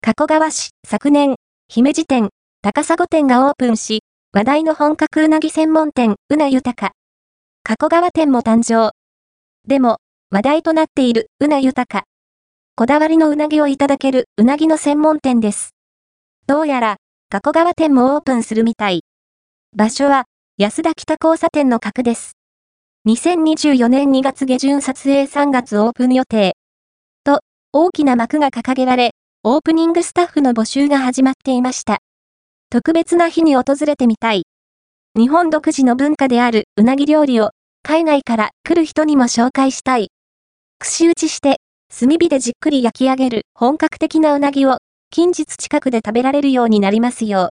加古川市、昨年、姫路店、高砂店がオープンし、話題の本格うなぎ専門店、うな豊。加古川店も誕生。でも、話題となっている、うな豊。こだわりのうなぎをいただける、うなぎの専門店です。どうやら、加古川店もオープンするみたい。場所は、安田北交差点の角です。2024年2月下旬撮影3月オープン予定。と、大きな幕が掲げられ、オープニングスタッフの募集が始まっていました。特別な日に訪れてみたい。日本独自の文化であるうなぎ料理を、海外から来る人にも紹介したい。串打ちして、炭火でじっくり焼き上げる本格的なうなぎを、近日近くで食べられるようになりますよう。